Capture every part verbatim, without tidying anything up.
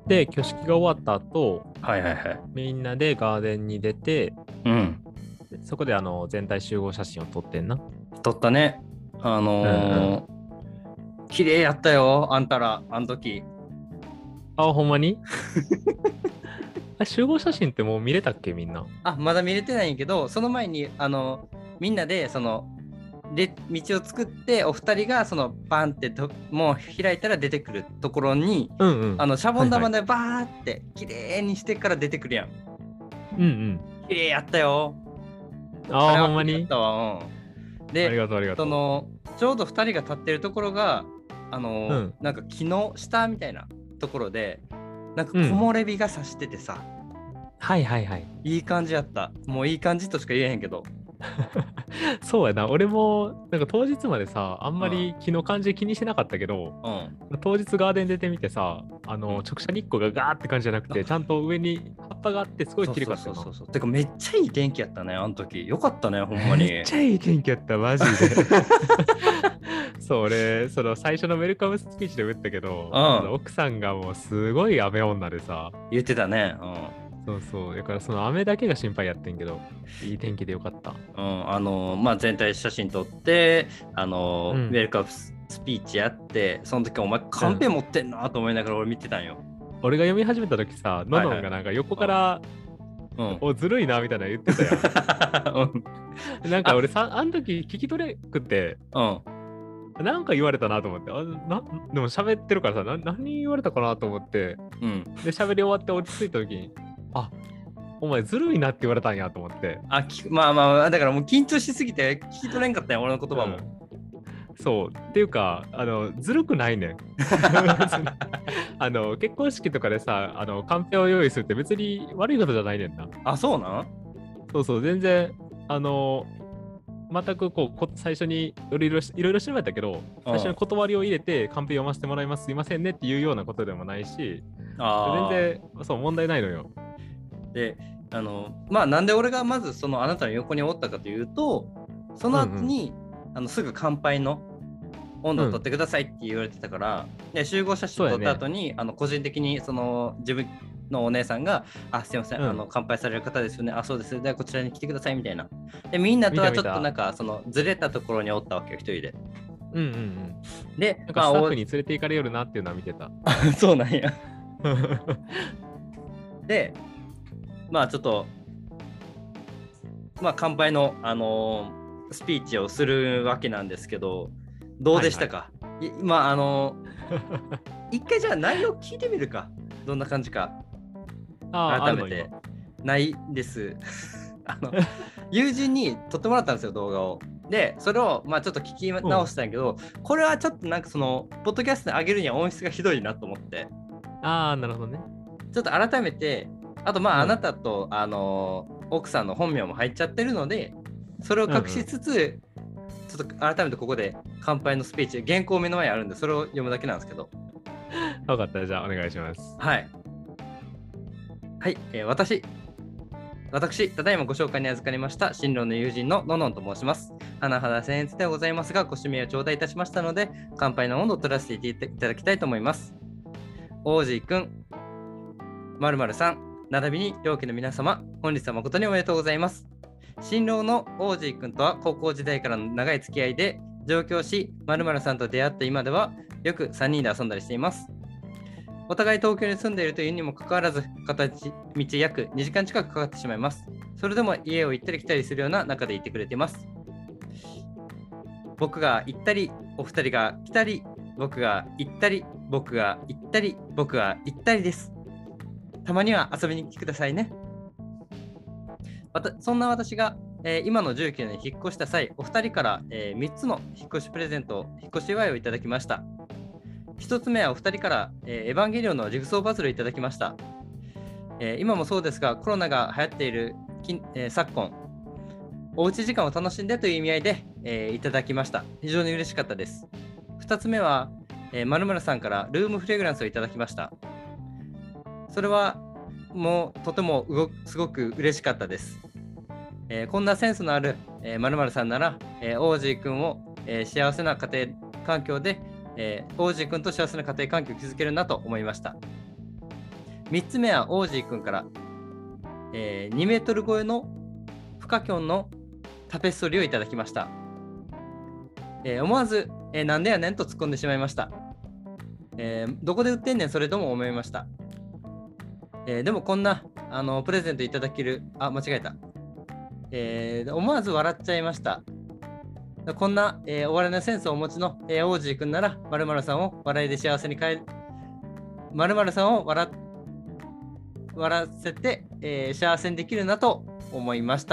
で、挙式が終わった後、 はいはいはい。 みんなでガーデンに出て、 うん。 そこであの全体集合写真を撮ってんな。 撮ったね。あうんうん。 のー、綺麗やったよ、あんたら、あの時。 あ、ほんまにあ、集合写真ってもう見れたっけみんな。 あ、まだ見れてないんやけど、その前に、あの、みんなで、その、で道を作ってお二人がそのバンってともう開いたら出てくるところに、 うんうん。 あのシャボン玉はいはい。 でバーって綺麗にしてから出てくるやん。 うんうん。 綺麗やったよ。あああ、 れはほんまに綺麗やったわ。うん、でありがとうありがとそのちょうど二人が立ってるところがあう。うのん。 なんか木の下みたいなところでなんかうん。 木漏れ日が差しててさ、 はいはいはい。 いい感じやった。もういい感じとしか言えへんけど。 そうやな。俺も、なんか当日までさ、あんうんまり気の感じ気にしてなかったけど、 うん当日ガーデン出てみてさ、あの、 うん。 直射日光がガーって感じじゃなくて、ちゃんと上に葉っぱがあってすごいそう綺麗かったよな。 そうそうそうそう。てかめっちゃいい天気やったね、あの時。よかったね、ほんまに。 めっちゃいい天気やった、マジで。そう、俺、その最初のウェルカムスピーチでも言ったけど、 うん。 あの奥さんがもうすごい雨女でさ、 言ってたね。 そうそう、だからその雨だけが心配やってんけど、いい天気でよかった。 うん。うん。あの、まあ、全体写真撮って、あの、ウうん。 ェルカムスピーチやって、その時お前カンペうん。 持ってんなと思いながら俺見てたんよ。 俺が読み始めた時さ、のはいはい。 のんがなんか横から、 うん。 お、ずるいなみたいなの言ってたやうんん。なんかあ、 俺さ、あの時聞き取れくって、 うん。 なんか言われたなと思って、あなでも喋ってるからさ、な何言われたかなと思って、 うん。 で、喋り終わって落ち着いた時に、あ、お前ずるいなって言われたんやと思って。 あ、きまあまあ、だからもう緊張しすぎて聞き取れんかったよ、俺の言葉も。 うん。そう。っていうか、あの、ずるくないねん。別にあの、結婚式とかでさ、あの、カンペを用意するって別に悪いことじゃないねんな。 あ、そうなんそうそう、全然、あの、全くこうこ最初にいろいろいろいろ調べたけど、最初に断りを入れて、カンペ読ませてもらいます、すいませんねっていうようなことでもないし、全あ然、そう、問題ないのよ。 あ。で、あの、まあ、なんで俺がまずそのあなたの横におったかというと、その後に、うんうん、あのすぐ乾杯の温度を取ってくださいって言われてたから、うん、で集合写真撮った後に、ね、あの個人的にその自分のお姉さんが、あ、すいません、うん、あの乾杯される方ですよね。あ、そうです。ではこちらに来てくださいみたいな。で、みんなとはちょっとなんかそのずれたところにおったわけよ、一人で。 うんうんうん。 で、 なんかスタッフに連れて行かれよるなっていうのは見てた。 まあ、そうなんや。で、まあちょっと、まあ乾杯の、あのー、スピーチをするわけなんですけど、どうでしたか？はいはい、まああのー、一回じゃあ内容聞いてみるか。どんな感じか。 あ改めて。ないです。あの友人に撮ってもらったんですよ、動画を。で、それをまあちょっと聞き直したんやけど、うん、これはちょっとなんかその、ポッドキャストに上げるには音質がひどいなと思って。 ああ、なるほどね。 ちょっと改めて、あとまあ、うん、あなたと、あのー、奥さんの本名も入っちゃってるので、それを隠しつつ、うんうん、ちょっと改めてここで乾杯のスピーチ、原稿目の前にあるんで、それを読むだけなんですけど。 分かった、じゃあお願いします。 はい。はい、えー、私、私、ただいまご紹介に預かりました、新郎の友人のののんと申します。甚だ僭越ではございますが、ご指名を頂戴いたしましたので、乾杯の温度を取らせていただきたいと思います。王子くん、まるまるさん、並びに両家の皆様、本日は誠におめでとうございます。新郎の王子くんとは高校時代からの長い付き合いで、上京し、まるまるさんと出会った今では、よくさんにんで遊んだりしています。お互い東京に住んでいるというにもかかわらず、片道約にじかん近くかかってしまいます。それでも家を行ったり来たりするような仲でいてくれています。僕が行ったり、お二人が来たり、僕が行ったり、僕が行ったり、僕が行ったりです。たまには遊びに来てくださいね。またそんな私が、えー、今の住居に引っ越した際、お二人から、えー、みっつの引っ越しプレゼント、引っ越し祝いをいただきました。ひとつめはお二人から、えー、エヴァンゲリオンのジグソーパズルをいただきました。えー、今もそうですが、コロナが流行っている、えー、昨今、おうち時間を楽しんでという意味合いで、えー、いただきました。非常に嬉しかったです。ふたつめは、えー、まるまるさんからルームフレグランスをいただきました。それはもうとても動すごく嬉しかったです。えー、こんなセンスのある、えー、まるまるさんなら、えー、王子くんを、えー、幸せな家庭環境で、えー、王子くんと幸せな家庭環境を築けるなと思いました。 みっつめはオージーくんから、えー、にメートル超えのフカキョンのタペストリーをいただきました。えー、思わず、えー、なんでやねんと突っ込んでしまいました。えー、どこで売ってんねんそれとも思いました。えー、でもこんなあのプレゼントいただける、あ、間違えた。えー、思わず笑っちゃいました。こんな、えー、お笑いのセンスをお持ちの、えー、オージーくんなら、〇〇さんを笑いで幸せに変え、〇〇さんを笑笑わせて、えー、幸せにできるなと思いました。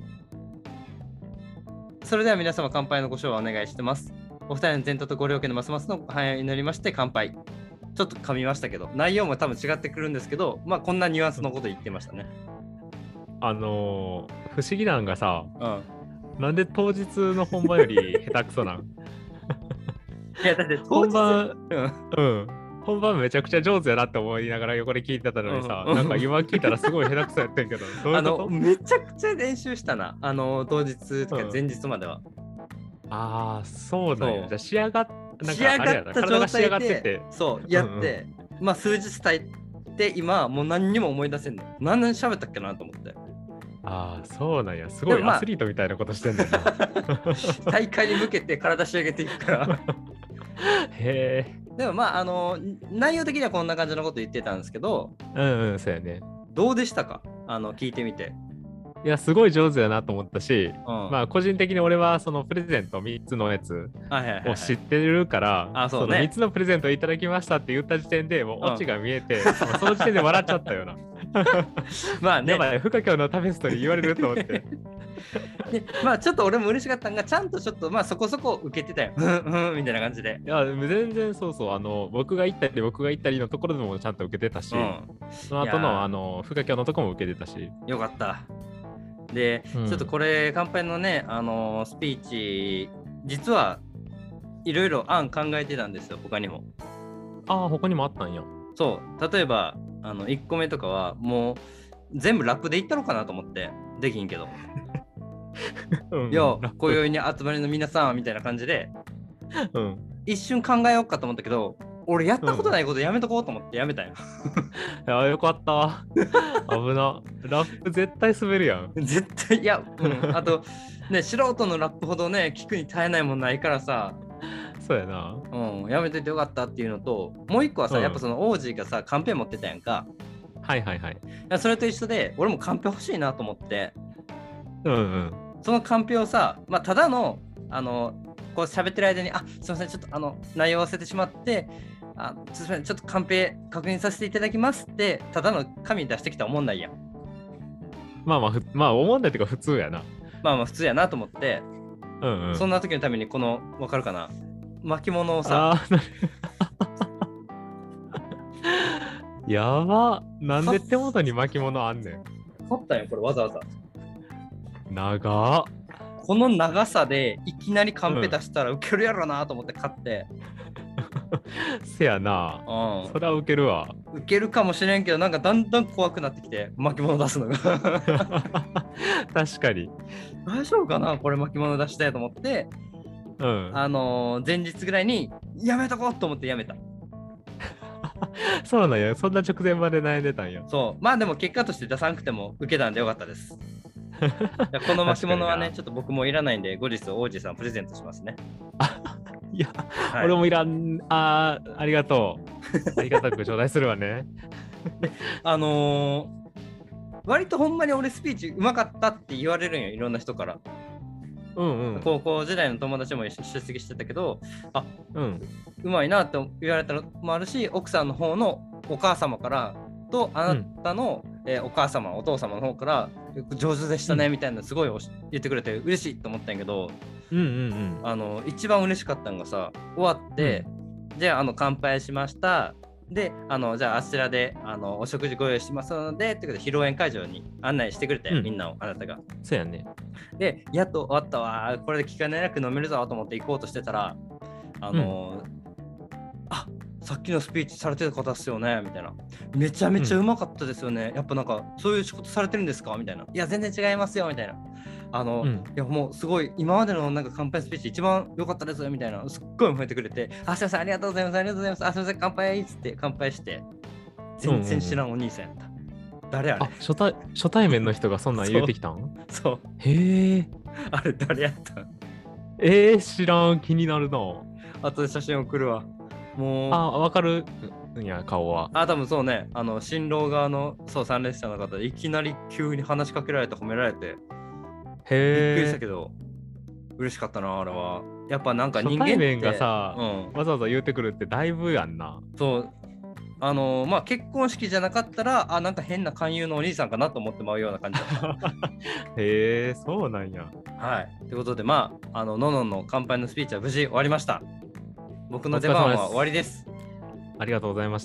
それでは皆様、乾杯のご賞をお願いしてます。お二人の前途とご両家のますますの繁栄を祈りまして乾杯。ちょっと噛みましたけど、内容も多分違ってくるんですけど、まあこんなニュアンスのこと言ってましたね。 あのー、不思議なんがさ、 うん、 なんで当日の本番より下手くそなんいやだって本番、 うん、 うん、本番めちゃくちゃ上手やなって思いながら横で聞いてたのにさ、 うん、 なんか今聞いたらすごい下手くそやってんけど、どういうこと？ あのめちゃくちゃ練習したな、あの当日とか前日までは。うん、 ああ、そうなんや。じゃあ仕上がっなん仕上かあれやな、 がった状体が仕上が態っててで、そうやって、うんうん、まあ数日経って今もう何にも思い出せんの。何年喋ったっけなと思って。 ああ、そうなんや。すごいアスリートみたいなことしてんだよな。 大会に向けて体仕上げていくから。 へえ。 でもまああの内容的にはこんな感じのこと言ってたんですけど、 うんうん、そうやね。 どうでしたか？あの聞いてみて。 いや、すごい上手やなと思ったし、 うん、 まあ個人的に俺はそのプレゼントみっつのやつを知ってるから、 あ、そうね、 そのみっつのプレゼントいただきましたって言った時点でもうオチが見えて、うん、その時点で笑っちゃったよな。 まあね。 やばい、フカキョンのタペストリー言われると思って。 でまあちょっと俺も嬉しかったのが、ちゃんとちょっとまあそこそこ受けてたよ。うんうんみたいな感じで。 いや、全然そうそう、あの、僕が行ったり僕が行ったりのところでもちゃんと受けてたし、うん、その後のあの、フカキョンのとこも受けてたし。 よかった。で、うん、ちょっとこれ、乾杯のね、あのー、スピーチ、実はいろいろ案考えてたんですよ、他にも。 ああ、他にもあったんや。 そう、例えば、あのいっこめとかは、もう全部ラップでいったのかなと思って、できんけど。うん、よ、今宵に集まりの皆さんみたいな感じで、うん、一瞬考えようかと思ったけど、俺やったことないことやめとこうと思ってやめたよ。 いや、よかった。危な。ラップ絶対滑るやん。 絶対、いや、うん、あと、ね、素人のラップほどね、聞くに耐えないもんないからさ。 そうやな。 うん、やめといてよかったっていうのと、もう一個はさ、うん、やっぱそのオージーがさ、カンペ持ってたやんか。 はいはいはい。 それと一緒で、俺もカンペ欲しいなと思って。 うんうん。 そのカンペをさ、まあ、ただの、あの、こう喋ってる間に、あ、すいません、ちょっとあの、内容忘れてしまって、あすみません、ちょっとカンペ確認させていただきますって、ただの紙出してきたらおもんないやん。 まあまあ、まあ、おもんないっていうか普通やな。 まあまあ、普通やなと思って、 うんうん、 そんな時のために、この、わかるかな、巻物をさ。 やば、なんで手元に巻物あんねん。 買ったんよ、これわざわざ。 長っ。 この長さでいきなりカンペ出したらウケるやろなと思って買って。 うん、せやな、うん、それはウケるわ。 ウケるかもしれんけど、なんかだんだん怖くなってきて、巻物出すのが。確かに。 大丈夫かなこれ巻物出したいと思って、うん、あのー、前日ぐらいにやめとこうと思ってやめた。 そうなんや、そんな直前まで悩んでたんや。 そう、まあでも結果として出さなくても受けたんでよかったです。この巻物はね、ちょっと僕もいらないんで、後日王子さんプレゼントしますね。 いや、はい、俺もいらん、あありがとう。ありがたく頂戴するわね。 あのー、割とほんまに俺スピーチうまかったって言われるんよ、いろんな人から。うんうん、高校時代の友達も出席してたけど、あ、うん、うまいなって言われたのもあるし、奥さんの方のお母様からとあなたの、うんえー、お母様お父様の方から上手でしたねみたいなすごい言ってくれて嬉しいと思ったんやけど、うんうんうん、あの一番嬉しかったのがさ、終わって、うん、じゃあ、あの乾杯しましたで、あのじゃああちらであのお食事ご用意しますのでってことで披露宴会場に案内してくれて、うん、みんなをあなたが。 そうやね。 でやっと終わったわ、これで気兼ねなく飲めるぞと思って行こうとしてたら、あの、うん、あ、さっきのスピーチされてた方っすよねみたいな、めちゃめちゃうまかったですよね、うん、やっぱなんかそういう仕事されてるんですかみたいな、いや全然違いますよみたいな、あの、うん、いやもうすごい今までのなんか乾杯スピーチ一番良かったですみたいな、すっごい褒めてくれて、あ、すいませんありがとうございますありがとうございます、あ、すいません乾杯っつって乾杯して、 全然知らんお兄さんやった。うんうんうん、誰あれ？ あ、初対、初対面の人がそんなん言うてきたん？ そう。 へえ。 あれ誰やったん？ えー、知らん、気になるな。 後で写真送るわ。もう。 あ、わかるんや、顔は。 あ、多分そうね。あの、新郎側の、そう、参列者の方で、いきなり急に話しかけられて褒められて、びっくりしたけど、嬉しかったな、あれは。やっぱなんか人間って。 初対面がさ、 うん、 わざわざ言うてくるってだいぶやんな。 そう。あのー、まあ、結婚式じゃなかったら、あ、なんか変な勧誘のお兄さんかなと思ってまうような感じだった。 へえ、そうなんや。 はい。ということで、まあ、あの、ののの乾杯のスピーチは無事終わりました。僕の出番は終わりです。 ありがとうございました。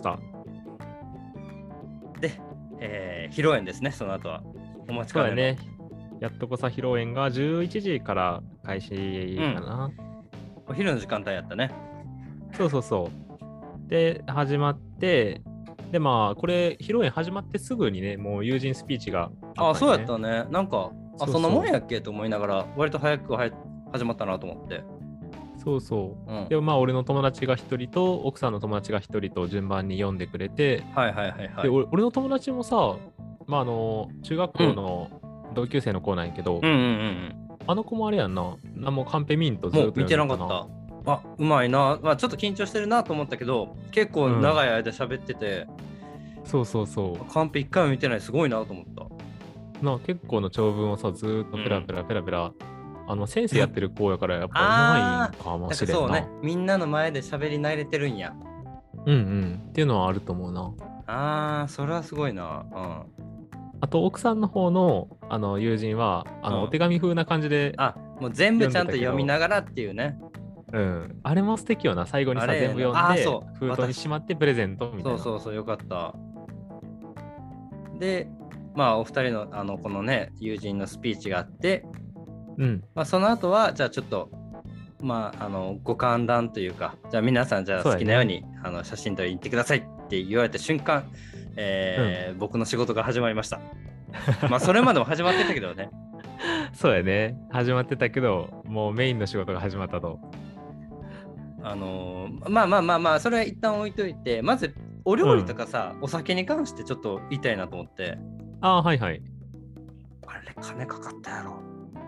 で、えー、披露宴ですね、その後は。お待ちかねの。 ね。やっとこさ披露宴がじゅういちじから開始かな、うん。 お昼の時間帯やったね。 そうそうそう。で、始まって、で、まあ、これ、披露宴始まってすぐにね、もう友人スピーチがあったん、ね。 ああ、そうやったね。なんか、あ、そんなもんやっけと思いながら、割と早く始まったなと思って。 そうそう。うん、でもまあ、俺の友達が一人と、奥さんの友達が一人と順番に読んでくれて、 はいはいはいはい。 で、俺の友達もさ、まあ、あの、中学校の同級生の子なんやけど、 うんうんうんうん、 あの子もあれやんな、なんもカンペミントずっともう見てなかった。あ、うまいな。まあ、ちょっと緊張してるなと思ったけど、結構長い間喋ってて、 うん、そうそうそう。 カンペ一回も見てない、すごいなと思った。 な、結構の長文をさ、ずっとペラペラペラペラ、うん、あの先生やってる子やからやっぱうまいんかもしれんな。 そうね、みんなの前で喋り慣れてるんや。 うんうん。っていうのはあると思うな。 ああ、それはすごいな。うん。 あと奥さんの方のあの友人はあの、うん、お手紙風な感じで。 あ、もう全部ちゃんと読みながらっていうね。 うん。あれも素敵よな。最後にさ、全部読んで、封筒にしまってプレゼントみたいな。 そうそうそう、よかった。で、まあ、お二人の、あの、このね、友人のスピーチがあって、 うん。 まあ、その後は、じゃあちょっと、まあ、あの、ご歓談というか、じゃあ皆さん、じゃあ好きなように、ね、あの写真撮りに行ってくださいって言われた瞬間、えーうん、僕の仕事が始まりました。まあ、それまでも始まってたけどね。 そうやね。始まってたけど、もうメインの仕事が始まったと。 あのー、まあまあまあまあ、それは一旦置いといて、まず、お料理とかさ、うん、お酒に関してちょっと言いたいなと思って。 ああ、はいはい。 あれ、金かかったやろ。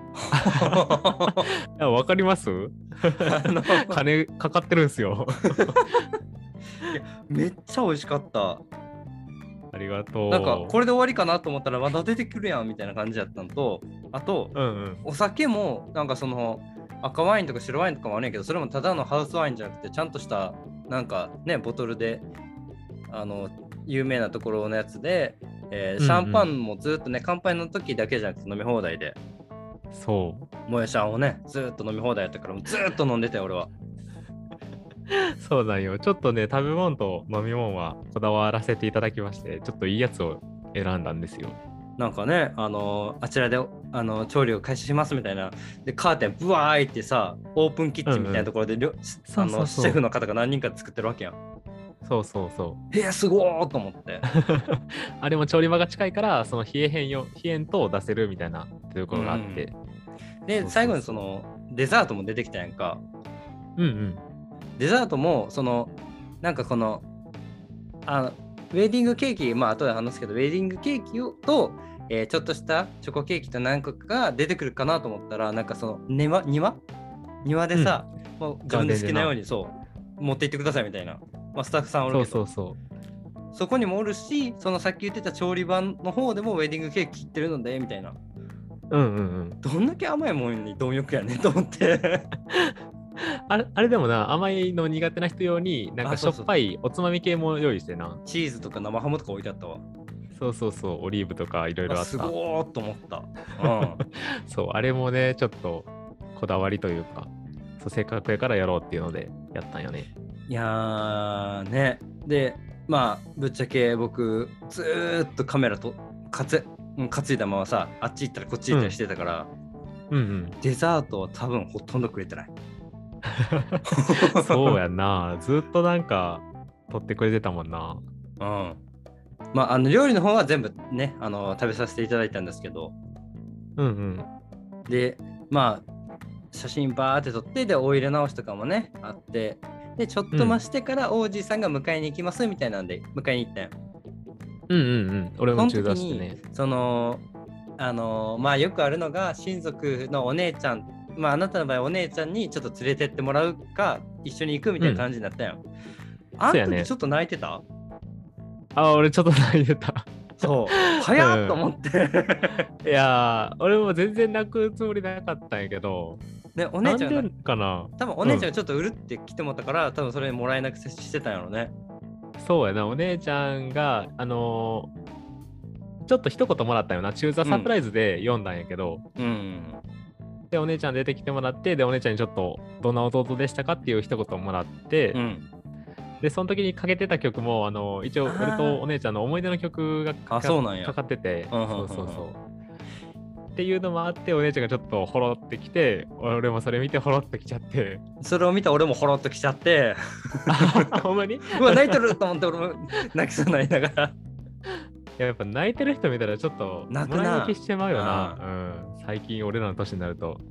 わかりますあの金かかってるんすよいや。めっちゃ美味しかった。 ありがとう。 なんかこれで終わりかなと思ったらまだ出てくるやんみたいな感じだったのと、あと、 うんうん、 お酒もなんかその赤ワインとか白ワインとかもあるんやけど、それもただのハウスワインじゃなくてちゃんとしたなんかねボトルであの有名なところのやつで、えー、シャンパンもずっとね、うんうん、乾杯の時だけじゃなくて飲み放題で。 そうもやしゃんをねずっと飲み放題やったからずっと飲んでたよ俺は。 そうなんよ。ちょっとね食べ物と飲み物はこだわらせていただきまして、ちょっといいやつを選んだんですよ。 なんかねあのあちらであの調理を開始しますみたいなでカーテンブワーイってさオープンキッチンみたいなところで、うんうん、あのシェフの方が何人かで作ってるわけやん。 そうそうそう。 へえすごーと思ってあれも調理場が近いからその冷えへんよ冷えんと出せるみたいなところがあって、 うん、でそうそうそう最後にそのデザートも出てきたやんか。 うんうん。 デザートもそのなんかこのあウェディングケーキまあ後で話すけどウェディングケーキをと、えー、ちょっとしたチョコケーキと何個かが出てくるかなと思ったらなんかその庭庭庭でさ、うん、もう自分で好きなようにそう持って行ってくださいみたいな、まあ、スタッフさんおるけどそうそうそうそこにもおるしそのさっき言ってた調理場の方でもウェディングケーキ切ってるのでみたいな。 うんうんうん。 どんだけ甘いもんに貪欲やねんと思ってあれあれでもな甘いの苦手な人用になんかしょっぱいおつまみ系も用意してな。 チーズとか生ハムとか置いてあったわ。 そうそうそうオリーブとかいろいろあった。 すごーっと思った、うん、 そうあれもねちょっとこだわりというかそうせっかくやからやろうっていうのでやったんよね。 いやーねでまあぶっちゃけ僕ずーっとカメラとかつ担いだままさあっち行ったらこっち行ったりしてたから、 うん、うんうんデザートは多分ほとんどくれてないそうやなずっとなんか撮ってくれてたもんな。 うんまああの料理の方は全部ねあの食べさせていただいたんですけどうんうんでまあ写真バーって撮ってでお入れ直しとかもねあってでちょっと増してから王子さんが迎えに行きますみたいなんで迎えに行ったよ。 うんうんうん。俺そのも中時に、 座してね。 その、あのーまあよくあるのが、親族のお姉ちゃん、まああなたの場合お姉ちゃんにちょっと連れてってもらうか、一緒に行くみたいな感じになったやん。あそうやね。 ん時ちょっと泣いてた？ あ、俺ちょっと泣いてた。 そう。早っと思って。 いやー、俺も全然泣くつもりなかったんやけど、 ね、おなんで姉ちゃんが、 かな。 多分お姉ちゃんがちょっとうるって来てもらったから、多分それもらえなくしてたんやろね。 そうやな、お姉ちゃんが、あのーちょっと一言もらったよな。中座サプライズで読んだんやけど、 うん。 で、お姉ちゃん出てきてもらって、で、お姉ちゃんにちょっと、どんな弟でしたかっていう一言もらって、 うん。 で、その時にかけてた曲も、あの、一応、俺とお姉ちゃんの思い出の曲がかあ、そうなんや。 かかってて、 うんうんうんうんそうそうそう。っていうのもあって、お姉ちゃんがちょっとほろってきて、俺もそれ見てほろってきちゃって。 それを見た俺もほろっときちゃって、 あ、ほんまにうわ、泣いてると思って俺も泣きそうになりながら。 いや、やっぱ泣いてる人見たらちょっと泣くなもらい泣きしてまうよな。 ううん。最近俺らの年になると。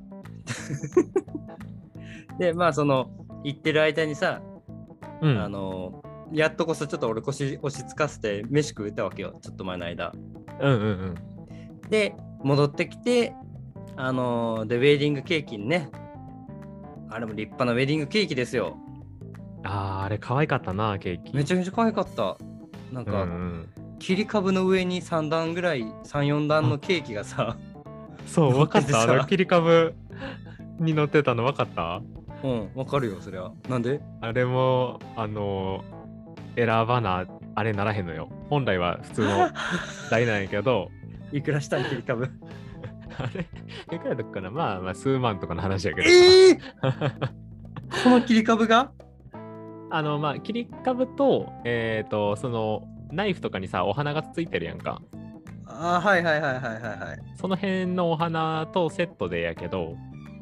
で、まあその、行ってる間にさ、 うん。 あの、やっとこそちょっと俺腰押しつかせて飯食ったわけよ、ちょっと前の間。 うんうんうん。 で、戻ってきて、あので、ウェディングケーキにね、あれも立派なウェディングケーキですよ。 あー、あれ可愛かったな、ケーキ。 めちゃめちゃ可愛かった。なんか、 うんうん、 切り株の上にさん段ぐらい、さん、よん段のケーキがさ、 そう、分かった。あ乗っててさの切り株に乗ってたの分かった？ うん、わかるよ、そりゃ。なんで？ あれも、あの選ばな、あれならへんのよ。本来は普通の台なんやけど、 いくらしたん切り株？ あれ、いくらだっかな、まあまあ数万とかの話やけどさ。 えー、この切り株が？ あの、まあ、切り株と、えっ、と、その、ナイフとかにさ、お花がついてるやんか。 あ、はいはいはいはいはいはい。 その辺のお花とセットでやけど。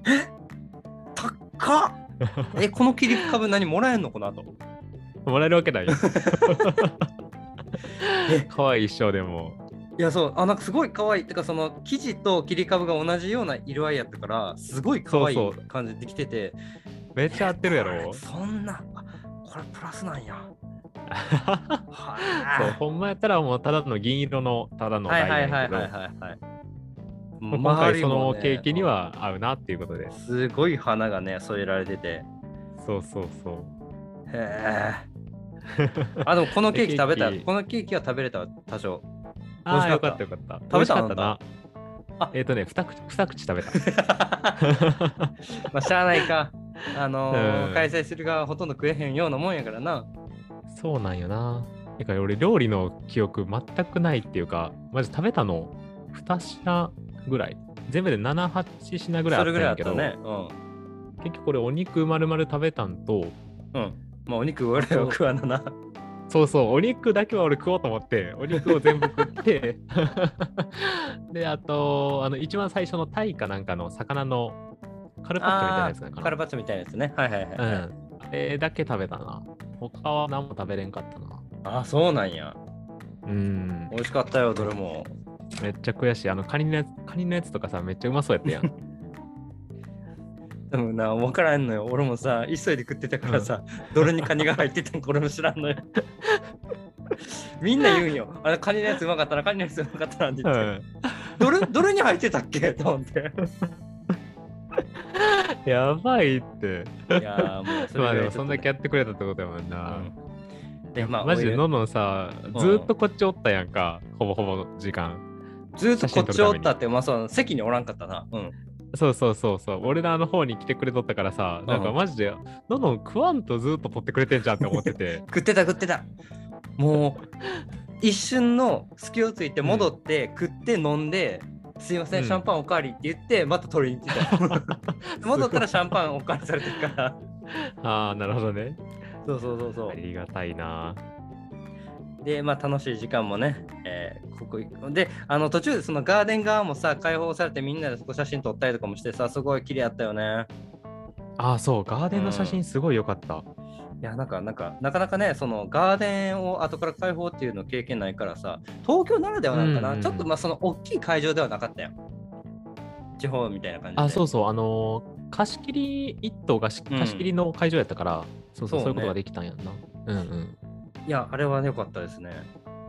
高っえ、この切り株何もらえんのこの後？ もらえるわけないよ。 え、 かわいい衣装でも。 いや、そう、あ、なんかすごい可愛い。てか、その生地と切り株が同じような色合いやったから、すごい可愛いそうそう感じできてて。 めっちゃ合ってるやろ。 えこれそんな、あ、これプラスなんや。 そう、ほんまやったらもうただの銀色のただのはいはい台なんやけど、 はいはいはいはい。 今回そのケーキにはは合うなっていうことで。 すごい花がね、添えられてて。 そうそうそう。 へえ。あ、でもこのケーキ食べた。 ケーキこのケーキは食べれた、多少。美ああ、 味しかったよかったよかった。 食べた美味しかったな。 あえっ、ー、とね、二口、二口食べた。 まあ、しゃあないか。あのーうん開催する側はほとんど食えへんようなもんやからな。 そうなんよな。だから俺、料理の記憶全くないっていうか、まず食べたのに品ぐらい。全部でなな、はち品ぐらいあったんやけど、 それぐらいあったね。 結局これお肉丸々食べたんと、 うん。うん。まあ、お肉俺は食わなな。 そうそう、お肉だけは俺食おうと思って、お肉を全部食って、で、あと、あの、一番最初のタイかなんかの魚のカルパッチョみたいなやつなんかな。 カルパッチョみたいなやつね。はいはいはい、はい。 うん。あれだけ食べたな。他は何も食べれんかったな。 ああ、そうなんや。 うん。 美味しかったよ、どれも。 めっちゃ悔しい。あの、カニのやつ、カニのやつとかさ、めっちゃうまそうやったやん。 でもな、分からんのよ。俺もさ、急いで食ってたからさ、うん、どれにカニが入ってたんか俺も知らんのよ。みんな言うんよ。あれ、カニのやつうまかったな、カニのやつうまかったなって言って。うん、どれ、どれに入ってたっけと思って。 やばいって。 いやもうそれ、ね、 まあでもそんだけやってくれたってことやもんな。うん、でまあ、マジでののんさ、ずーっとこっちおったやんか、うん、ほぼほぼの時間。 ずーっとこっちおったって、まあそう、席におらんかったな。うん。 そうそうそうそう。俺らの方に来てくれとったからさ、なんかマジで、ののん食わんとずっと取ってくれてんじゃんって思ってて。 食ってた食ってた。もう、一瞬の隙をついて戻って、うん、食って飲んで、すいません、シャンパンおかわりって言って、また取りに行ってた。戻ったらシャンパンおかわりされてるから。 ああ、なるほどね。 そうそうそうそう。 ありがたいな。 で、まあ楽しい時間もね、えー、ここで、あの途中でそのガーデン側もさ、開放されてみんなでそこ写真撮ったりとかもしてさ、すごい綺麗やったよね。 ああ、そう、ガーデンの写真すごい良かった。うん、 いや、なんか、なんか、なかなかね、そのガーデンを後から開放っていうの経験ないからさ、東京ならではなんかな、うんうん、ちょっとまあその大きい会場ではなかったよ。地方みたいな感じで。 あ、そうそう、あのー、貸し切り一棟がし貸し切りの会場やったから、うん、そうそう、そういうことができたんやんな。うんうん。 いや、あれは良かったですね。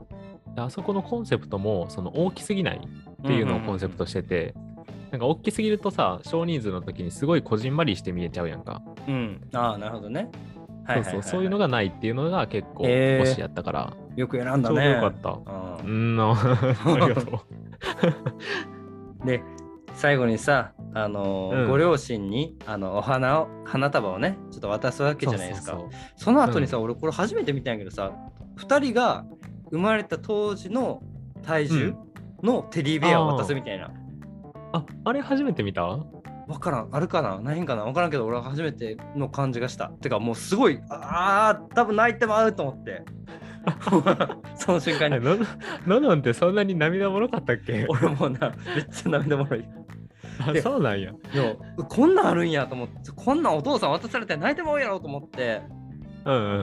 あそこのコンセプトもその大きすぎないっていうのをコンセプトしてて、なんか大きすぎるとさ、少人数の時にすごいこじんまりして見えちゃうやんか。 うん。ああ、なるほどね。 そうそう、そういうのがないっていうのが結構へー推しやったから、 よく選んだちょうどね。 よかった。 ううんん、ありがとう。 で、最後にさ、あのーうんご両親にあのお花を、花束をね、ちょっと渡すわけじゃないですか。そそうそうそうの後にさ、俺これ初めて見たんやけどさ、ふたりが生まれた当時の体重のテディベアを渡すみたいな。 あ、あれ初めて見た？ わからん、あるかな、ないんかな、わからんけど、俺は初めての感じがした。てか、もうすごい、ああ、多分泣いてまうと思って。その瞬間に。 のののんってそんなに涙もろかったっけ？ 俺もな、めっちゃ涙もろい。 あ、 でそうなんや。 でも、こんなんあるんやと思って、こんなんお父さん渡されて泣いてまうやろと思って、 うんうん。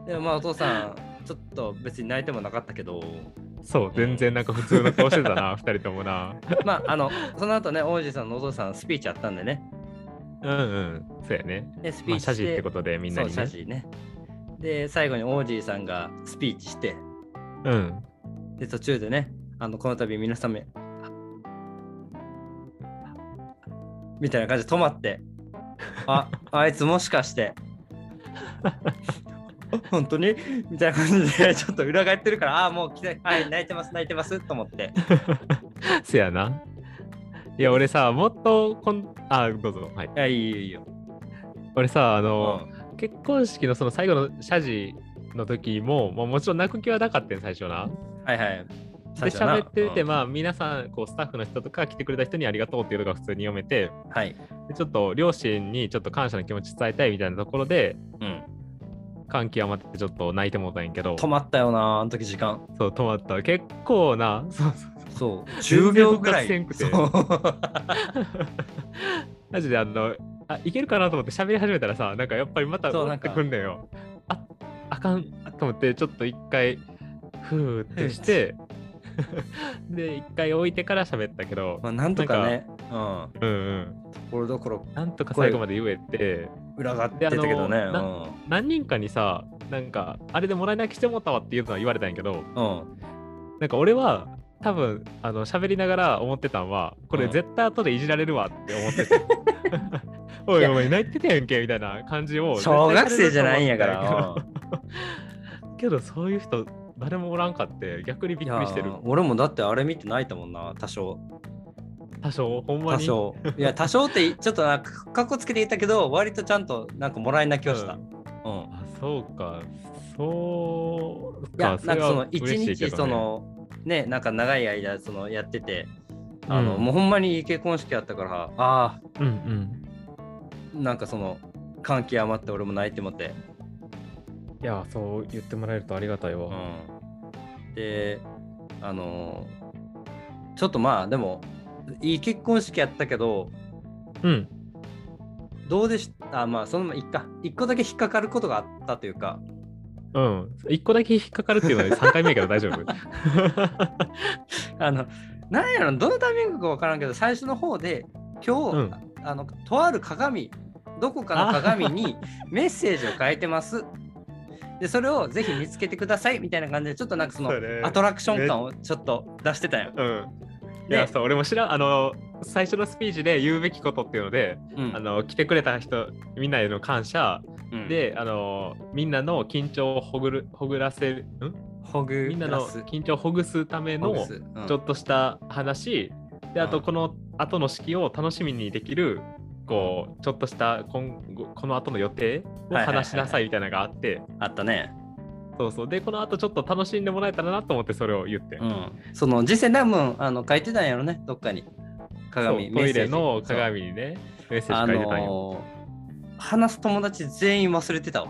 でまあお父さん、ちょっと別に泣いてもなかったけど、 そう、全然なんか普通の顔してたな、二人ともな。 まあ、あの、その後ね、王子さんのお父さん、スピーチあったんでね。 うんうん、そうやね。 で、スピまあ、 ーチして、 謝辞ってことでみんなにそう、 ね。 謝辞ね。で、最後に王子さんがスピーチして、 うん。 で、途中でね、あの、この度皆様、みたいな感じで止まって、あ、あいつもしかして、本当にみたいな感じで、ちょっと裏返ってるから、ああ、もう来て、はい、泣いてます、泣いてますと思って。 せやな。いや、俺さ、もっとこん、あ、どうぞ。はい。 いや、いいよ、いいよ。 俺さ、あの、 うん結婚式のその最後の謝辞の時も、まあ、もちろん泣く気はなかったん最初な。 はいはい。 で、 最初はな喋ってて、 うんまあ、皆さん、こう、スタッフの人とか来てくれた人にありがとうっていうのが普通に読めて、 はい。 でちょっと両親にちょっと感謝の気持ち伝えたいみたいなところで、 うん。 感極まってちょっと泣いてもうたんやけど、 止まったよな、あの時時間。 そう、止まった。結構な、そうそうそう。じゅうびょうぐらい。 全然復そうマジであの、あ、いけるかなと思って喋り始めたらさ、なんかやっぱりまたそう戻ってくんだよ。あ、あかんと思って、ちょっと一回、ふーってして、で、一回置いてから喋ったけど、 まあ、なんとかね。うん。 うんうん。 ところどころなんとか最後まで言えて、 裏がってたけどね。 であの何人かにさ、なんか、あれでもらい泣きしてもったわっていうのは言われたんやけど、 うん。うん。 なんか俺は、多分あの喋りながら思ってたんは、これうん絶対後でいじられるわって思ってて。おいおい、泣いてたやんけみたいな感じを。 小学生じゃないんやから。 けど、そういう人、誰もおらんかって、逆にびっくりしてる。 俺もだってあれ見て泣いたもんな、多少。 多少、ほんまに。 多少。いや、多少ってちょっとなんかかっこつけていたけど、割とちゃんとなんかもらい泣きをした。うん。 うん、あ、そうか。そうか。 いや、なんかその一日、 日その、ね、なんか長い間そのやってて、あの、 うん、 もうほんまにいい結婚式やったから、ああ、 うんうん、なんかその感極まって俺も泣いてもて。 いや、そう言ってもらえるとありがたいわ。 うん、で、あのー、ちょっとまあでもいい結婚式やったけど、 うん。 どうでしたあ、まあそのままいっか、一個だけ引っかかることがあったというか。 うん。一個だけ引っかかるっていうのはさんかいめやけど大丈夫あの、なんやろ、どのタイミングか分からんけど、最初の方で、今日、うん、あの、とある鏡、どこかの鏡にメッセージを書いてます。で、それをぜひ見つけてくださいみたいな感じで、ちょっとなんかそのアトラクション感をちょっと出してたよ。 うん。いや、そう、俺も知らん、あの、最初のスピーチで言うべきことっていうので、うん、あの来てくれた人、みんなへの感謝、うん、で、あの、みんなの緊張をほぐる、ほぐらせる、んほぐみんなの緊張をほぐすためのちょっとした話、うん、で、あとこの後の式を楽しみにできる、こう、ちょっとした今この後の予定を話しなさいみたいなのがあって。 あったね。 そうそう。で、この後ちょっと楽しんでもらえたらなと思ってそれを言って。 うん、その実際多分あの書いてたんやろね、どっかに。鏡、 トイレの鏡にね、メッセージ書いてたんよ。 あのー、話す友達全員忘れてたわ。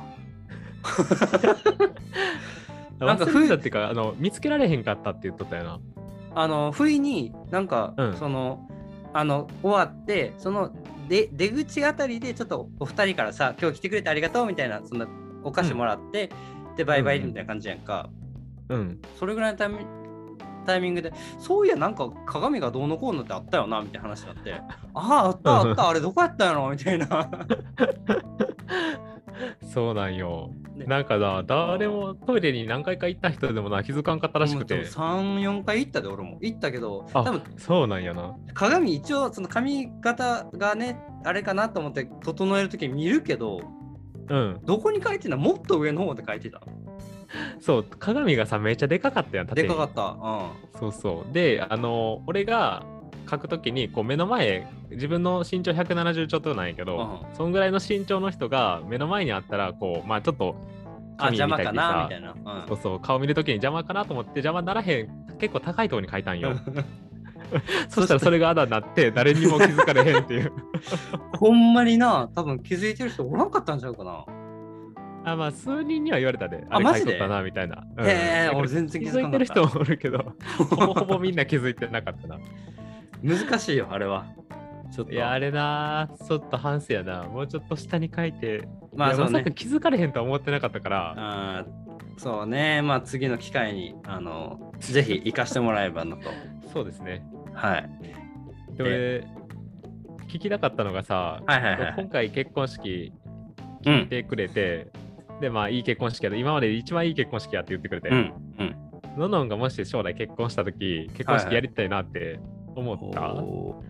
なんか不意だっていうか、あの見つけられへんかったって言っとったよな。 あの不意になんか、うん、そのあの終わってそので出口あたりでちょっとお二人からさ、今日来てくれてありがとうみたいな、そんなお菓子もらって、うん、でバイバイみたいな感じやんか。 うん。 それぐらいのタイミングタイミングで、そういやなんか鏡がどうのこうのってあったよなみたいな話になって、あああったあったあれどこやったんやろみたいな。 そうなんよ。 なんかな、誰もトイレに何回か行った人でもな、気づかんかったらしくて。 さん、よんかい行ったで、俺も。行ったけど、 あ、 多分そうなんやな。 鏡、一応、その髪型がね、あれかなと思って整えるときに見るけど、 うん。 どこに書いてんの？もっと上の方で書いてた。 そう、鏡がさ、めっちゃでかかったやん、縦に。 でかかった。うん。 そうそう。で、あの、俺が書くときに、こう目の前、自分の身長ひゃくななじゅうちょっとなんやけど、 うん、 そんぐらいの身長の人が目の前にあったら、こう、まあちょっと、 あ、邪魔かなみたたいな。うん、 そうそう、顔見るときに邪魔かなと思って、邪魔ならへん、結構高いところに書いたんよ。そしたらそれがあだになって、誰にも気づかれへんっていう。 ほんまにな、多分気づいてる人おらんかったんちゃうかな。 あ、まあ、数人には言われたで。 あ、 あれマジで？ 書いとったな、みたいな。うん、 へえ、俺全然気気づかなかった。 づいてる人もおるけど、ほぼほぼみんな気づいてなかったな。 難しいよ、あれは。ちょっと。 いや、あれな、ちょっと反省やな。もうちょっと下に書いて、まあ、 まあ、そうね、 まさか気づかれへんとは思ってなかったから。 あ、そうね、まあ次の機会に、あの、ぜひ活かしてもらえばなと。 そうですね。 はい。 で、俺、聞きたかったのがさ、 はいはいはい、 今回結婚式聞いてくれて、うん、で、まあいい結婚式やで、今までで一番いい結婚式やって言ってくれて、 うんうん、 ののんがもし将来結婚したとき、結婚式やりたいなって思った？はいはい、お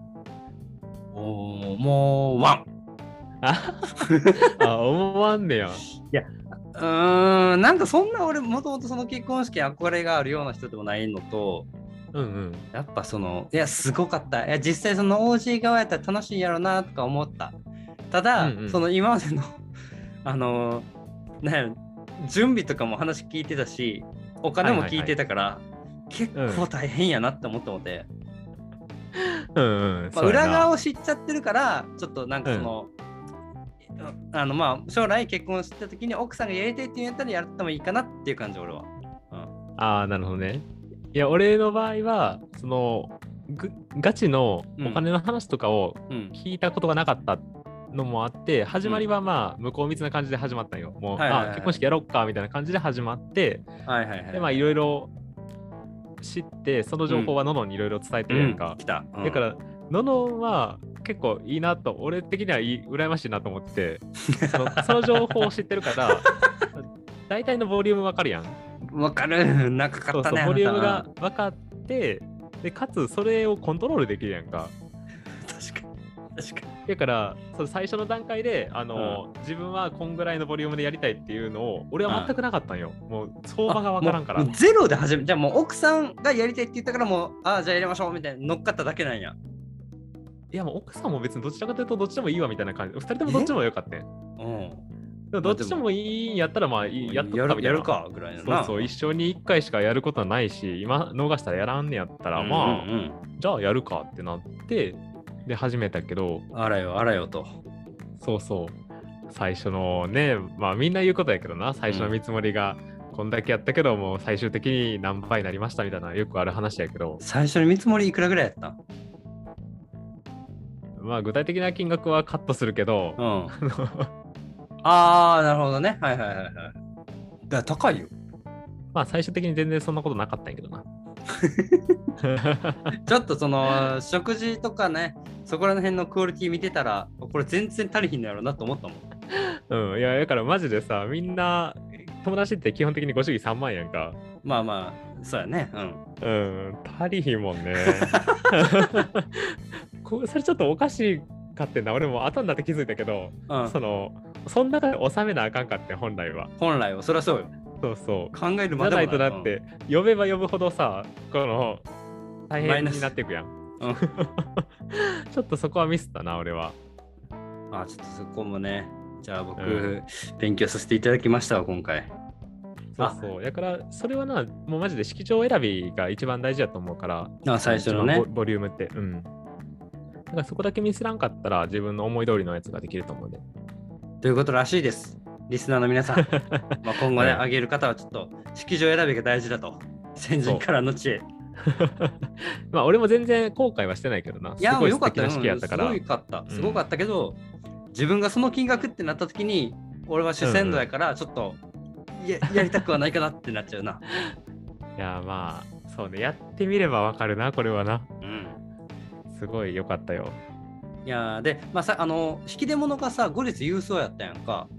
お、もうワン。 あ、思わんねや。いや、うーん、なんかそんな俺もともとその結婚式憧れがあるような人でもないのと、 うんうん、やっぱその、いや、すごかった。いや、実際その オージー 側やったら楽しいんやろうなとか思った。ただ、うんうん、その今までのあのね、準備とかも話聞いてたし、お金も聞いてたから、はいはいはい、結構大変やなって思ってもて、うんうん、まあ、裏側を知っちゃってるから、ちょっとなんかその、うん、あのまあ将来結婚した時に奥さんがやりたいって言うんやったらやってもいいかなっていう感じ、俺は。 うん、ああ、なるほどね。いや、俺の場合は、そのガチのお金の話とかを聞いたことがなかったのもあって、うん、始まりはまあ、向こう密な感じで始まったんよ。もう、はいはいはい、あ、結婚式やろっかみたいな感じで始まって、はいはいはい、で、まあ、いろいろ知って、その情報はののにいろいろ伝えてるやんか。うん、来た。うん、だから、ののは結構いいなと、俺的にはいい羨ましいなと思ってその、その情報を知ってるから、大体のボリュームわかるやん。 わかる。長かったね。 そうそう、ボリュームが分かって、でかつそれをコントロールできるやんか。 確かに。確かに。 だからその最初の段階であの、うん、自分はこんぐらいのボリュームでやりたいっていうのを俺は全くなかったんよ。うん、もう相場が分からんから。 ゼロで始め、じゃあもう奥さんがやりたいって言ったからもう、ああ、じゃあやりましょうみたいな乗っかっただけなんや。 いやもう奥さんも別にどちらかというとどっちでもいいわみたいな感じ。ふたりともどっちもよかったん。うん。でもどっちでもいいんやったらまあやっとったみたいな。 やるかぐらいのな。 そうそう、一生にいっかいしかやることはないし、今逃したらやらんねやったら、まあ、うんうん、じゃあやるかってなって、で始めたけど。 あらよあらよと。 そうそう。最初のね、まあみんな言うことやけどな、最初の見積もりがこんだけやったけど、もう最終的に何倍になりましたみたいなよくある話やけど。 最初の見積もりいくらぐらいやった？ まあ具体的な金額はカットするけど、うん、 ああ、なるほどね。はいはいはいはい。だから高いよ。 まあ最終的に全然そんなことなかったんやけどな。 ちょっとその食事とかね、そこら辺のクオリティ見てたら、これ全然足りひんのやろなと思ったもん。うん、いやだからマジでさ、みんな友達って基本的にご祝儀さんまんやんか。 まあまあ、そうやね。うん。 うん、足りひんもんね。それちょっとおかしかってんな。俺も後になって気づいたけど、うん、その、そん中で収めなあかんかって本来は。 本来は、そりゃそうよ。 そうそう。 考えるまでもない。 じゃないとだって、うん、呼べば呼ぶほどさ、この、大変になっていくやん。うん、ちょっとそこはミスったな、俺は。 あ、ちょっとそこもね。じゃあ僕、うん、勉強させていただきましたわ、今回。 そうそう。だから、それはな、もうマジで式場選びが一番大事だと思うから、 あ、最初のね。 ボ、ボリュームって。うん。だからそこだけミスらんかったら、自分の思い通りのやつができると思うね。 ということらしいです。リスナーの皆さん。まあ今後ね、あげる方はちょっと、式場選びが大事だと。先人からの知恵。 まあ俺も全然後悔はしてないけどな。 いや、 すごいよかったよ。 式やったから。 すごかった。すごかったけど、うん、自分がその金額ってなった時に、俺は主戦度やから、ちょっと、うん、や, やりたくはないかなってなっちゃうな。 いや、まあ、そうね。やってみればわかるな、これはな。うん。すごい良かったよ。 いやで、まあさ、あの、引き出物がさ、後日郵送やったやんか。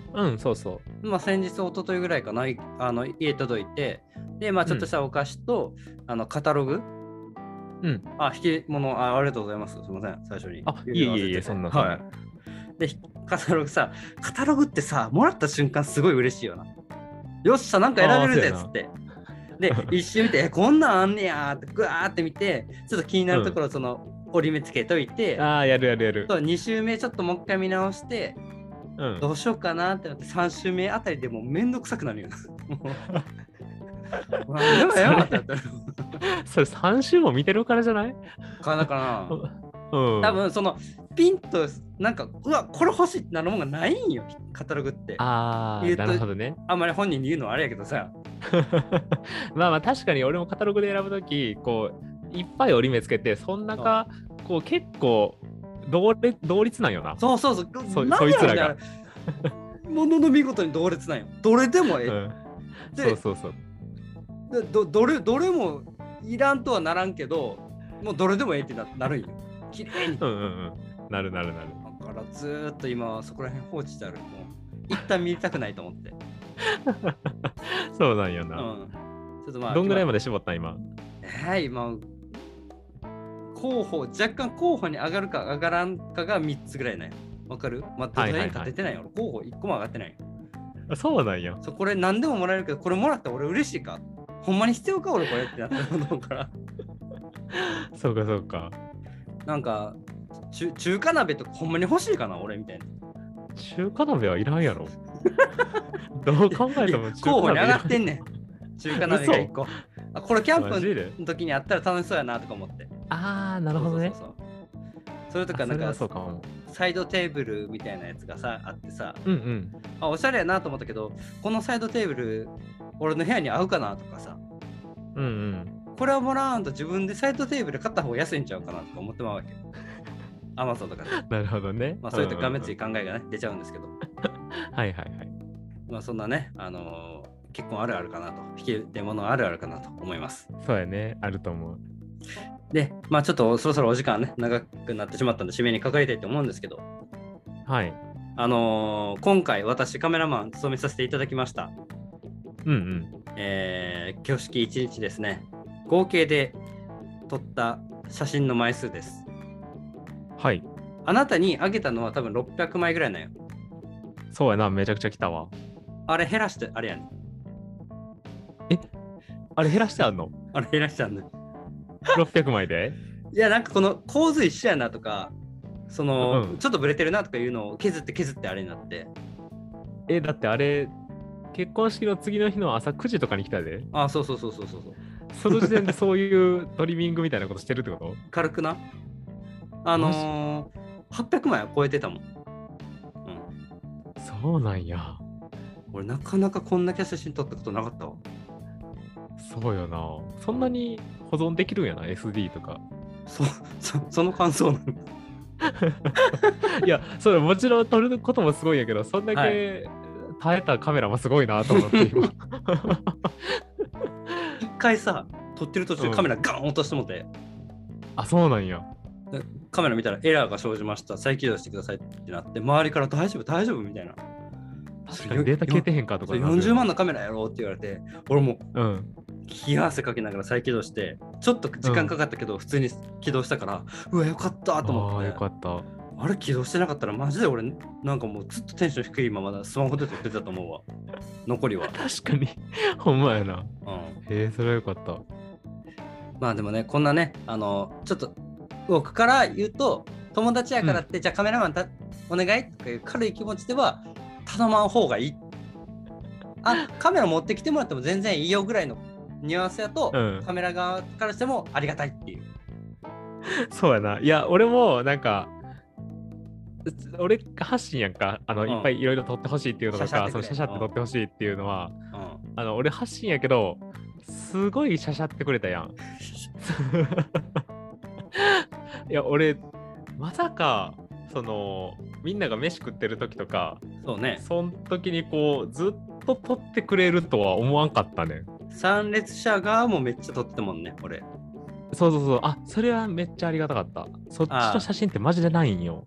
うん、そうそまあ、先日、一昨日ぐらいかな、いあの家届いて、で、まあ、ちょっとしたお菓子と、あのカタログ、 う。うん。 あ、引き物あ、ありがとうございます。すみません、最初に。 あ、いえいえいえ、そんなそんな。 はい。で、カタログさ、カタログってさ、もらった瞬間すごい嬉しいよな。よっしゃ、なんか選べるぜっつって。で、一瞬見て、え、こんなんあんねやーって、ぐわーって見て、ちょっと気になるところ、その、折り目つけといて、 ああ、やるやるやる。 に周目ちょっともう一回見直して、 うん。 どうしようかなってなって、さん周目あたりでもうめんどくさくなるよな。もうでもやばってなったら。 それさん週も見てるからじゃない？ かなかな。 うん。 多分そのピンとなんかうわこれ欲しいってなるもんがないんよカタログって。 ああ、なるほどね。 あんまり本人に言うのはあれやけどさ。 まあまあ確かに俺もカタログで選ぶとき、こう、いっぱい折り目つけて、そん中、こう結構同列、同率なんよな。 そうそうそう。 そそいつらが。 ものの見事に同列なんよ。どれでもええ。 うん、そうそうそう。 でどどれどれもいらんとはならんけど、もうどれでもええって な, なるんよ。綺麗に。 うんうんうん。なるなるなる。 だからずーっと今はそこら辺放置してある。もう一旦見たくないと思って。 そうなんよな。 うん、ちょっとまあどんぐらいまで絞った今？ はい、今候補、若干候補に上がるか上がらんかがみっつぐらいね。わかる？まあ、どれか出てないよ。候補いっこも上がってないよ。 そうなんや。 そう、これ何でももらえるけど、これもらったら俺嬉しいか？ほんまに必要か俺これってなったと思うから。 そうかそうか。 なんか中、中華鍋とかほんまに欲しいかな俺みたいな。 中華鍋はいらんやろ。どう考えても中華鍋候補に上がってんねん。中華鍋がいっこ。あ、これキャンプの時にあったら楽しそうやなとか思って。 ああ、なるほどね。 そうそうそうそう。それとかなんかそうかも。 サイドテーブルみたいなやつがさあってさ、 うんうん、 あ、おしゃれやなと思ったけど、このサイドテーブル俺の部屋に合うかなとかさ、 うんうん、 これはもらわんと自分でサイドテーブル買った方が安いんちゃうかなとか思ってまうわけ。アマゾンとかで。 なるほどね。 まあそういったがめつい考えがね、出ちゃうんですけど。 はいはいはい。 まあそんなね、あのー、結婚あるあるかなと、引き出物あるあるかなと思います。 そうやね、あると思う。 で、まあちょっとそろそろお時間ね、長くなってしまったんで、締めにかかりたいと思うんですけど、 はい。 あのー、今回私カメラマン務めさせていただきました。 うんうん。 えー、挙式いちにちですね。合計で撮った写真の枚数です。 はい。 あなたにあげたのは多分ろっぴゃくまいぐらいなんよ。 そうやな、めちゃくちゃ来たわ。 あれ減らして、あれやねん。 えあれ減らしてあんの？ あれ減らしてあんねん。 ろっぴゃくまいで？ いや、なんかこの構図一緒やなとか、その、 うん、 ちょっとブレてるなとかいうのを削って削ってあれになって。 え、だってあれ、結婚式の次の日の朝くじとかに来たで。 あ、そうそうそうそうそう。 その時点でそういうトリミングみたいなことしてるってこと？ 軽くな。あのー、はっぴゃくまいは超えてたもん。うん。 そうなんや。 俺なかなかこんな写真撮ったことなかったわ。 そうよな。そんなに保存できるんやな、エスディー とか。 そ、そ、その感想なの。 いや、それもちろん撮ることもすごいんやけど、そんだけ耐えたカメラもすごいなと思って今。 一回さ、撮ってる途中カメラガン落としてもって、 あ、そうなんや。 カメラ見たらエラーが生じました、再起動してくださいってなって、周りから大丈夫大丈夫みたいな。 確かにデータ消えてへんかとかよんじゅうまんのカメラやろうって言われて、俺もうん冷や汗かきながら再起動して、ちょっと時間かかったけど、うん、普通に起動したから、うわよかったと思って。 ああよかった。 あれ起動してなかったらマジで俺なんかもうずっとテンション低いままだスマホで撮ってたと思うわ。残りは。 確かにほんまやな。うん。へえそれはよかった。 まあでもねこんなねあのちょっと僕から言うと友達やからって、うん、じゃあカメラマンたお願いとかいう軽い気持ちでは頼まん方がいい。あカメラ持ってきてもらっても全然いいよぐらいのニュアンスやと、うん、カメラ側からしてもありがたいっていう。 そうやな。いや俺もなんか俺発信やんかあの、うん、いっぱいいろいろ撮ってほしいっていうのとかシャシャって撮ってほしいっていうのは、うん、あの俺発信やけどすごいシャシャってくれたやん。いや俺まさかそのみんなが飯食ってる時とかそうねそん時にこうずっと撮ってくれるとは思わんかったね。 参列者側もめっちゃ撮ってたもんね俺。 そうそうそうあそれはめっちゃありがたかった。そっちの写真ってマジでないんよ。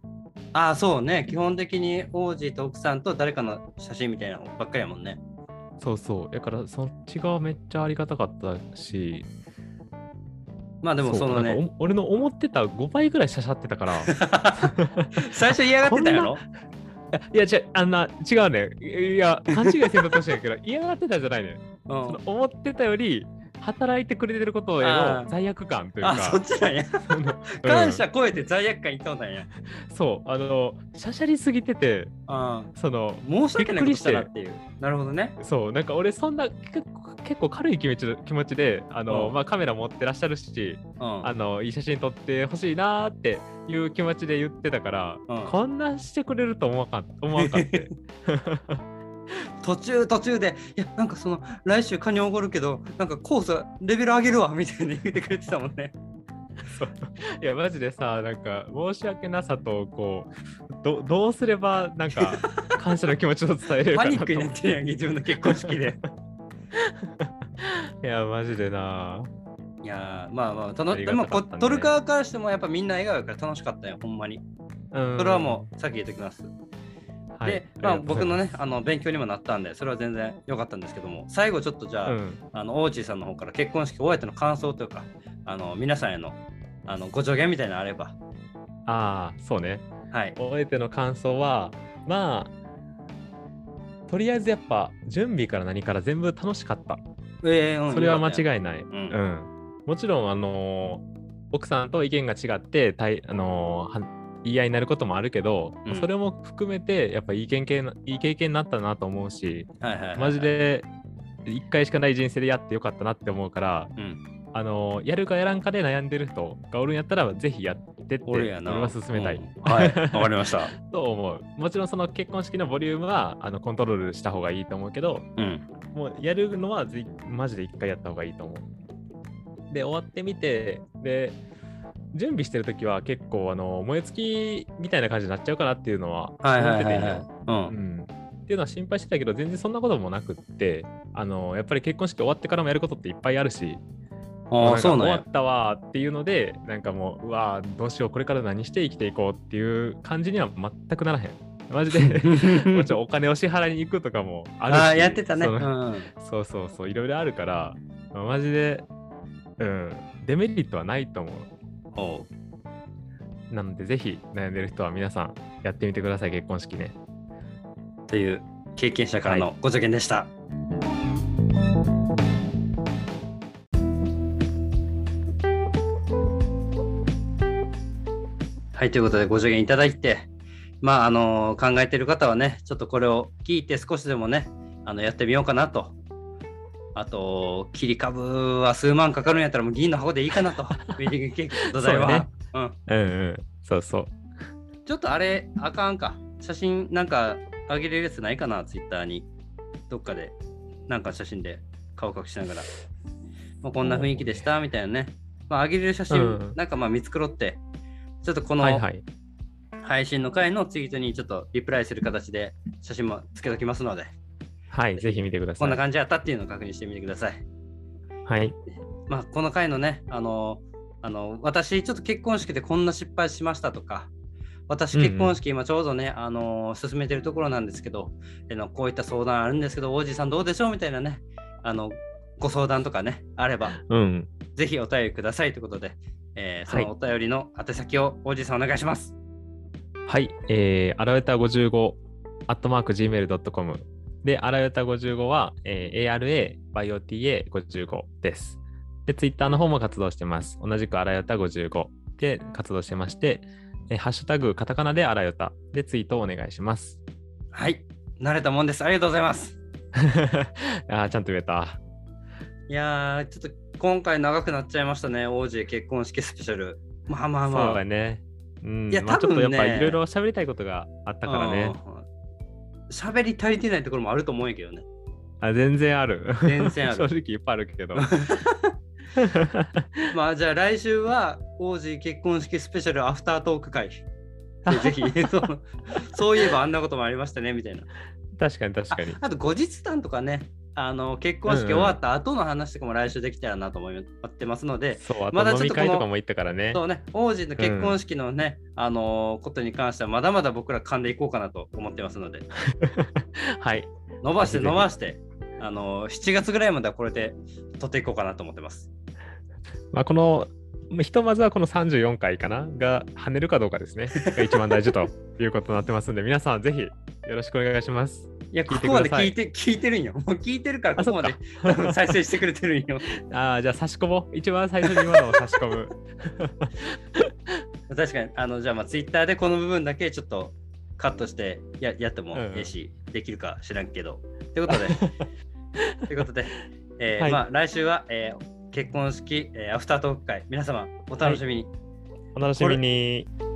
ああ、そうね。基本的に王子と奥さんと誰かの写真みたいなのばっかりやもんね。 そうそう。だからそっちがめっちゃありがたかったし、 まあでもそのなんかね。 お俺の思ってたごばいぐらいしゃしゃってたから。 最初嫌がってたやろ。 いや、違う、あんな、違うね。いや、勘違いせんとほしいんやけど、嫌がってたんじゃないね。 うん、 その思ってたより、働いてくれてることへの罪悪感というか。 あ、そっちなんや。感謝超えて罪悪感いっとんなんや。 そう、あの、しゃしゃりすぎてて、 あその、 申し訳ないことしたなっていう。なるほどね。 そう、なんか俺、そんな結構結構軽い気持ち気持ちで、あの、 うんまあ、カメラ持ってらっしゃるし、 うん、 あの、いい写真撮ってほしいなーっていう気持ちで言ってたから、 うん、 こんなしてくれると思わんか思わんかって。 途中途中で、いや、なんかその、来週カニおごるけど、なんかコースレベル上げるわみたいな言ってくれてたもんね。 そういや、マジでさ、なんか申し訳なさと、こう、どどうすれば、なんか、感謝の気持ちを伝えれるかなと。 パニックになってるやんけ、自分の結婚式で。 いや、マジでな。 いやー、まあまあ、たの、でもこ、撮る側からしても、やっぱみんな笑顔やから楽しかったよ、ほんまに。うん、それはもう、さっき言っときます。はい、で、まあ、僕のね、あの勉強にもなったんで、それは全然良かったんですけども、最後ちょっとじゃあ、うん、あの、オーチーさんの方から結婚式終えての感想というか、あの、皆さんへの、あの、ご助言みたいなのあれば。 ああ、そうね。 はい。 終えての感想は、まあ、とりあえずやっぱ、準備から何から全部楽しかった。えーうん、それは間違いない。うん。うん、もちろん、あのー、奥さんと意見が違って、たいあのー、言い合いになることもあるけど、うん、それも含めてやっぱいい経験いい経験になったなと思うし、はいはいはいはい、マジでいっかいしかない人生でやってよかったなって思うから、うん、あのやるかやらんかで悩んでる人がおるんやったらぜひやってって俺は勧めたい、うん、 はいわかりましたと思う。もちろんその結婚式のボリュームはあのコントロールした方がいいと思うけど、うん、もうやるのはぜマジでいっかいやった方がいいと思う。で終わってみて、で準備してるときは結構あの燃え尽きみたいな感じになっちゃうかなっていうのは思っててんよ。っていうのは心配してたけど全然そんなこともなくって、あのやっぱり結婚式終わってからもやることっていっぱいあるし、あそうなん終わったわっていうのでなんかもううわどうしようこれから何して生きていこうっていう感じには全くならへん。マジでもちろんお金を支払いに行くとかもあるし、あやってたね、 そ, うん、そうそうそういろいろあるからマジで、うん、デメリットはないと思う。なのでぜひ悩んでる人は皆さんやってみてください、結婚式ね。 という経験者からのご助言でした。はい、はい、ということでご助言いただいて、まああの考えてる方はねちょっとこれを聞いて少しでもねあのやってみようかなと。あと切り株は数万かかるんやったらもう銀の箱でいいかなと。ウェディングケーキ土台は。 ね、うん、うんうんそうそう。 ちょっとあれあかんか。写真なんかあげれるやつないかな、ツイッターに。どっかでなんか写真で顔隠しながら。もうこんな雰囲気でしたみたいなね。まああげれる写真、うん、なんかまあ見繕って、ちょっとこの配信の回のツイートにちょっとリプライする形で写真もつけときますので。 はい、ぜひ見てください。 こんな感じやったっていうのを確認してみてください。 はい。 まあ、この回のね、あの、あの私、ちょっと結婚式でこんな失敗しましたとか、私、結婚式、今ちょうどね、あの進めてるところなんですけど、あのこういった相談あるんですけど、王子さんどうでしょうみたいなね、あのご相談とかね、あれば、うん、ぜひお便りくださいということで、えー、そのお便りの宛先を王子さんお願いします。 はい、えー、あらよたごじゅうご、アットマーク、ジーメールドットコム。で、あらよたごじゅうごは、えー、エーアールエーバイオーティーエーごじゅうご です。で、ツイッターの方も活動してます。同じくあらよたごじゅうごで活動してまして、えー、ハッシュタグカタカナであらよたでツイートをお願いします。 はい、慣れたもんです。ありがとうございます。 あちゃんと言えた。 いやー、ちょっと今回長くなっちゃいましたね。オージー結婚式スペシャル。まあまあまあ。 そうだね。うん、いや、まあ、多分ね、ちょっとやっぱいろいろ喋りたいことがあったからね。 喋り足りてないところもあると思うんやけどね。 あ、全然ある。 全然ある。 正直いっぱいあるけど。 まあじゃあ来週は王子結婚式スペシャルアフタートーク会。ぜひそうそういえばあんなこともありましたねみたいな。 確かに確かに。 あ, あと後日談とかね、 あの結婚式終わった後の話とかも来週できたらなと思ってますので、 そう、あまだちょっとこのと飲み会とかも行ったからね。 そうね、王子の結婚式のね、うん、あのー、ことに関してはまだまだ僕ら噛んでいこうかなと思ってますので、 はい。 伸ばして伸ばして、あのー、しちがつぐらいまではこれで撮っていこうかなと思ってます。 まあ、このひとまずはこのさんじゅうよんかいかなが跳ねるかどうかですねが一番大事ということになってますんで、皆さんぜひよろしくお願いします。 いや、ここまで聞いて聞いてるんよ。もう聞いてるからここまで再生してくれてるんよ。 ああ、じゃあ差し込もう。一番最初に今のを差し込む。 確かに、あのじゃあまあツイッターでこの部分だけちょっとカットしてややってもいいし、うんうん、できるか知らんけど。ということで、ということで、えーはい、まあ来週は、えー、結婚式、えー、アフタートーク会、皆様お楽しみに。 はい、お楽しみに。